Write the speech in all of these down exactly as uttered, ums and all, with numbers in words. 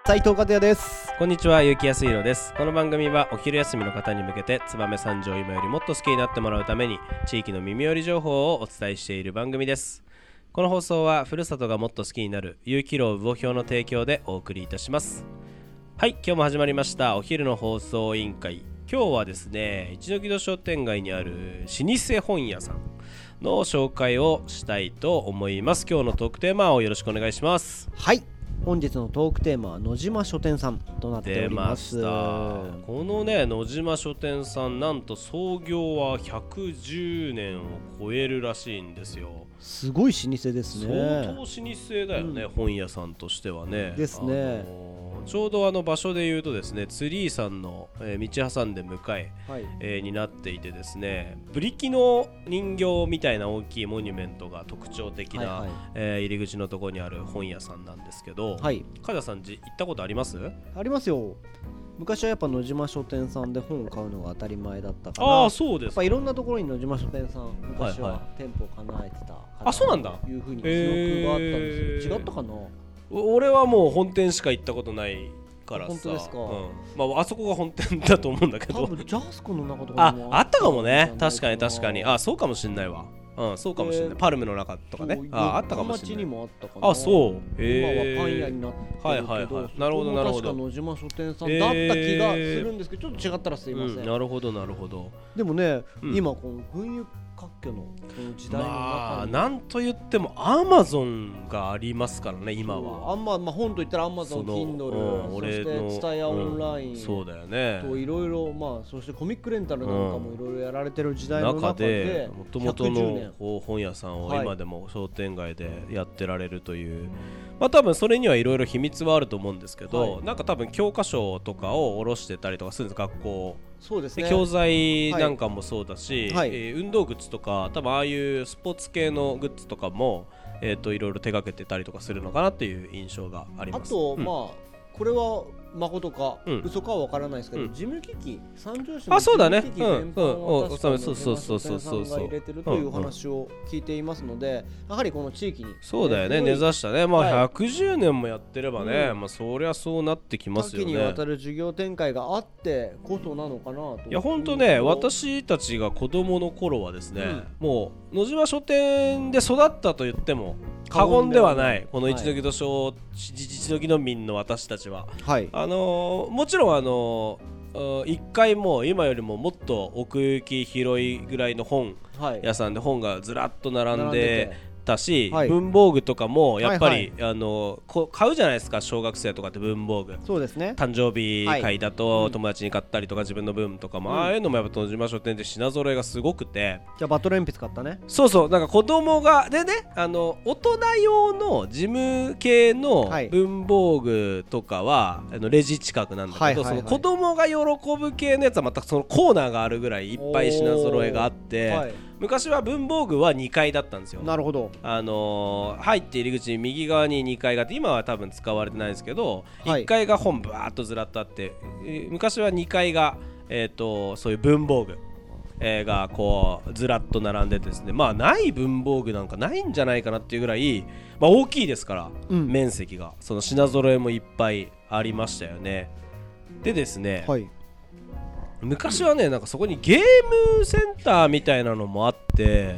斉藤和也です。 こんにちは、結城康弘です。この番組はお昼休みの方に向けて燕三条を今よりもっと好きになってもらうために地域の耳寄り情報をお伝えしている番組です。この放送はふるさとがもっと好きになる有機楼魚評の提供でお送りいたします。はい、今日も始まりましたお昼の放送委員会。今日はですね、一ノ木戸商店街にある老舗本屋さんの紹介をしたいと思います。今日のトークテーマをよろしくお願いします。 はい、本日のトークテーマは野島書店さんとなっております。 出ました。このね、野島書店さん、なんと創業はひゃくじゅうねんを超えるらしいんですよ。 すごい老舗ですね。 相当老舗だよね、うん、本屋さんとしてはね。 ですね。 あのーちょうどあの場所で言うとですね、ツリーさんの、えー、道挟んで向かい、はいえー、になっていてですね、ブリキの人形みたいな大きいモニュメントが特徴的な、はいはいえー、入り口のところにある本屋さんなんですけど、はい、加田さん行ったことあります？ ありますよ。昔はやっぱ野島書店さんで本を買うのが当たり前だったから、 ああそうです。 やっぱいろんなところに野島書店さん昔は店舗を構えてた、 あそうなんだというふうに記憶があったんですよ、えー、違ったかな。 俺はもう本店しか行ったことないからさ。 本当ですか、 うんまあ、あそこが本店だと思うんだけど、 多分ジャスコの中とかにも あ, あったかもね。確かに確かに、あそうかもしんないわ。うん、そうかもしれない。パルムの中とかね。あ、あったかもしれない。 町にもあったかな。 あ、そう。 今はパン屋になってるけど、 はいはいはい。なるほどなるほど。 確か野島書店さんだった気がするんですけど、ちょっと違ったらすいません。 うん、なるほどなるほど。 でもね、うん、今この群雄割拠のこの時代の中に、 まあ、なんと言ってもアマゾンがありますからね今は。 あんままあ本と言ったらアマゾン、Kindle、そしてツタヤオンライン、 うん、そうだよね。 といろいろまあそしてコミックレンタルなんかもいろいろやられてる時代の中で、 もともとの本屋さんを今でも商店街でやってられるという、はい、まあ多分それにはいろいろ秘密はあると思うんですけど、はい、なんか多分教科書とかを下ろしてたりとかするんです、学校。 そうですね、 教材なんかもそうだし、 はいえー、運動グッズとか多分ああいうスポーツ系のグッズとかも、えー、といろいろ手掛けてたりとかするのかなっていう印象があります。 あと、 うん、 まあこれは誠か、うん、嘘かは分からないですけど、うん、事務機器三条市の事務機器全般を確か野島書店さんが入れてるというお話を聞いていますので、やはりこの地域にそうだよね、根ざしたね、まあ、ひゃくじゅうねんもやってればね、うん、まあ、そりゃそうなってきますよね。 多岐にわたる事業展開があってこそなのかなと。 いや本当ね、私たちが子供の頃はですね、うん、もう野島書店で育ったと言っても過言ではない、この一ノ木戸商、一ノ木戸民の私たちは、はい、あのー、もちろんあのー、いっかいも今よりももっと奥行き広いぐらいの本屋さんで本がずらっと並んでたし、はい、文房具とかもやっぱり、はいはい、あのこ買うじゃないですか、小学生とかって文房具。 そうですね、 誕生日会だと友達に買ったりとか自分の分とかも、うん、ああいうのもやっぱ野島書店で品揃えがすごくて、 じゃあバトル鉛筆買ったね。 そうそう、なんか子供がでね、あの大人用の事務系の文房具とかは、はい、あのレジ近くなんだけど、はいはいはい、その子供が喜ぶ系のやつはまたそのコーナーがあるぐらいいっぱい品揃えがあって、はい、昔は文房具はにかいだったんですよ。 なるほど。 あのー、入って入り口右側ににかいがあって、今は多分使われてないんですけど、はい、いっかいが本ブワーっとずらっとあって、えー、昔はにかいが、えー、とそういう文房具、えー、がこうずらっと並んでてですね、まあない文房具なんかないんじゃないかなっていうぐらい、まあ、大きいですから、うん、面積がその品揃えもいっぱいありましたよね。でですね、はい、昔はね、なんかそこにゲームセンターみたいなのもあって、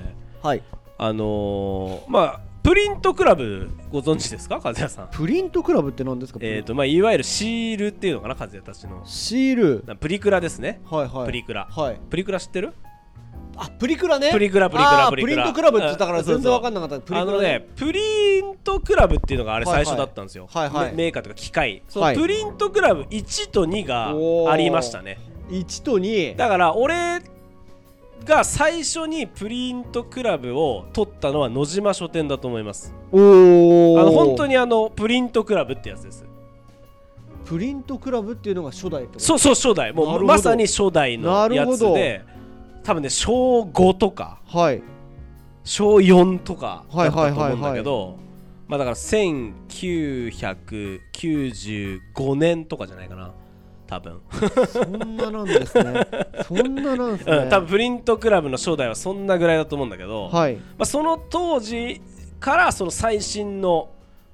はい、あのー、まあプリントクラブご存知ですか、和也さん。 プリントクラブって何ですか？ えーとまあ、いわゆるシールっていうのかな、和也たちのシール、 プリクラですね。 はいはい、 プリクラ、 はい、 プリクラ知ってる？ あ、プリクラね。 プリクラプリクラプリクラ、 プリントクラブって言ったから全然分かんなかった。プリクラね、あのね、 プリントクラブっていうのがあれ最初だったんですよ、 はいはい、 メーカーとか機械、そのプリントクラブいちとにがありましたね。 いちとにだから俺が最初にプリントクラブを取ったのは野島書店だと思います。 おー、 あの本当にあのプリントクラブってやつです。 プリントクラブっていうのが初代ってこと？ そうそう、初代、もうまさに初代のやつで、多分ねしょうごとか、はい、しょうよんとかだったと思うんだけど、まあだからせんきゅうひゃくきゅうじゅうごねんとかじゃないかな、多分。 そんななんですね。そんななんですね、 うん、多分プリントクラブの初代はそんなぐらいだと思うんだけど、はい、まあ、その当時からその最新の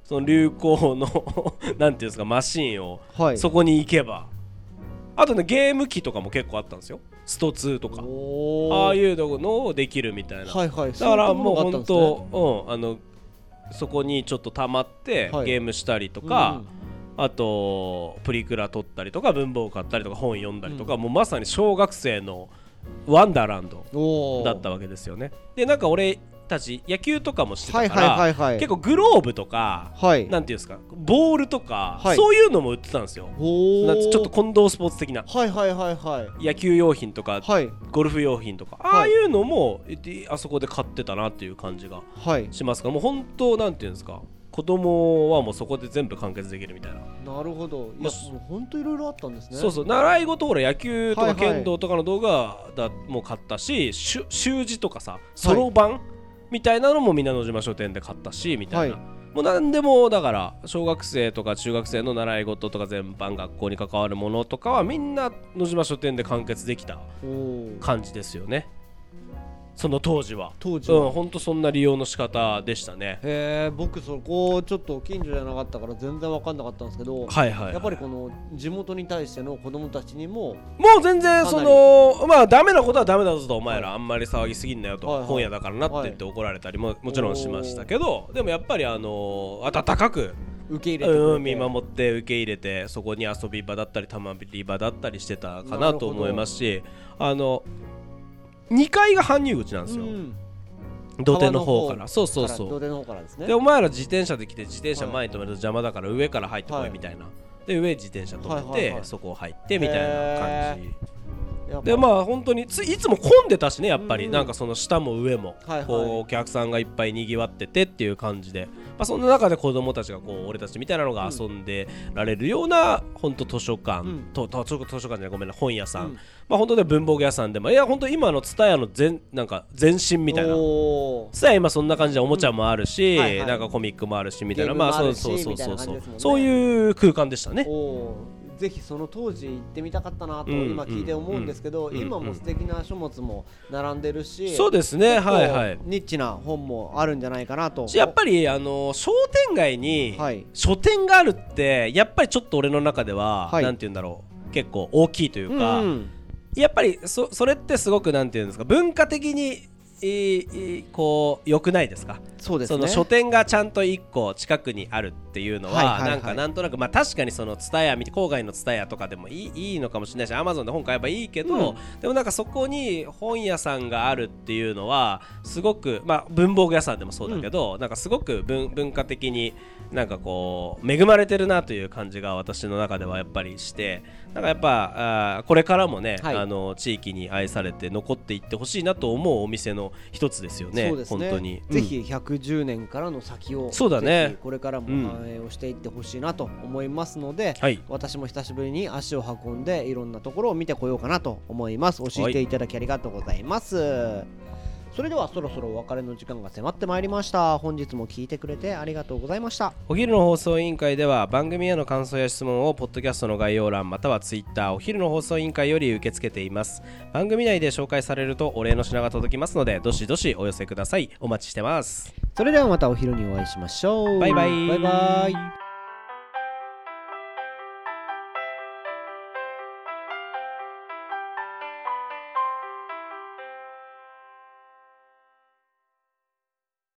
その流行のなんていうんですかマシーンを、はい、そこに行けば、あとねゲーム機とかも結構あったんですよ。ストツーとかああいうのをできるみたいな、 はいはい、 だからもう本当、うん、あのそこにちょっと溜まって、はい、ゲームしたりとか、うん、あとプリクラ撮ったりとか文房具買ったりとか本読んだりとか、うん、もうまさに小学生のワンダーランドだったわけですよね。でなんか俺たち野球とかもしてたから、はいはいはいはい、結構グローブとか、はい、なんていうんですかボールとか、はい、そういうのも売ってたんですよ。なんちょっと混同スポーツ的な、 はいはいはいはい、 野球用品とか、はい、ゴルフ用品とか、ああいうのもあそこで買ってたなっていう感じがしますが、もう本当なんていうんですか子供はもうそこで全部完結できるみたいな。 なるほど。いや、もう本当いろいろあったんですね。 そうそう、習い事ほら野球とか剣道とかの動画だも買ったし、はいはい、習字とかさそろばん、はい、みたいなのもみんな野島書店で買ったしみたいな、はい、もう何でもだから小学生とか中学生の習い事とか全般学校に関わるものとかはみんな野島書店で完結できた感じですよね。その当時は当時は、うん、ほんとそんな利用の仕方でしたね。 へえ、僕そこちょっと近所じゃなかったから全然分かんなかったんですけど、はいはいはい、やっぱりこの地元に対しての子供たちにももう全然そのまあダメなことはダメだぞと、お前らあんまり騒ぎすぎんなよと、はいはい、本屋だからなって言って怒られたりももちろんしましたけど、でもやっぱりあの温かく受け入れてくれて、 うん、見守って受け入れて、そこに遊び場だったりたまり場だったりしてたかなと思いますし、あのにかいが搬入口なんですよ、うん、土手の方から。そうそうそう、 土手の方からですね。 でお前ら自転車で来て自転車前に止めると邪魔だから上から入ってこいみたいな、はい、で上自転車止めて、はいはいはい、そこを入ってみたいな感じで、まあ本当についつも混んでたしね、やっぱり、うん、なんかその下も上も、はいはい、こうお客さんがいっぱいにぎわっててっていう感じで、まあ、そんな中で子供たちがこう俺たちみたいなのが遊んでられるような、うん、本当図書館、うん、と図書館じゃないごめんな本屋さん、うん、まあ本当で文房具屋さんでも、いや本当今のTSUTAYAの全なんか前身みたいな、TSUTAYA今そんな感じでおもちゃもあるし、うんはいはい、なんかコミックもあるしみたいな、まあそうそうそうそうそう、そういう空間でしたね。 ぜひその当時行ってみたかったなと今聞いて思うんですけど、うんうん、今も素敵な書物も並んでるし、 そうですね、はいはい、 ニッチな本もあるんじゃないかなと。 やっぱりあの商店街に書店があるってやっぱりちょっと俺の中では、はい、なんて言うんだろう、結構大きいというか、うん、やっぱり そ, それってすごくなんて言うんですか、文化的にえー、こう良くないですか。 そうですね、 その書店がちゃんといっこ近くにあるっていうのは、はいはいはい、なんかなんとなく、まあ、確かにそのTSUTAYA郊外のTSUTAYAとかでもい い, いいのかもしれないし Amazon で本買えばいいけど、うん、でもなんかそこに本屋さんがあるっていうのはすごく、まあ、文房具屋さんでもそうだけど、うん、なんかすごく 文, 文化的になんかこう恵まれてるなという感じが私の中ではやっぱりして、なんかやっぱあこれからもね、はい、あの地域に愛されて残っていってほしいなと思うお店の一つですよね。 そうですね、 本当に、 ぜひひゃくじゅうねんからの先を、 そうだね、 ぜひこれからも反映をしていってほしいなと思いますので、うん、私も久しぶりに足を運んでいろんなところを見てこようかなと思います。教えていただきありがとうございます、はい。それではそろそろお別れの時間が迫ってまいりました。本日も聞いてくれてありがとうございました。 お昼の放送委員会では番組への感想や質問をポッドキャストの概要欄またはツイッターお昼の放送委員会より受け付けています。番組内で紹介されるとお礼の品が届きますので、どしどしお寄せください。お待ちしてます。 それではまたお昼にお会いしましょう。 バイバイ。 バイバイ。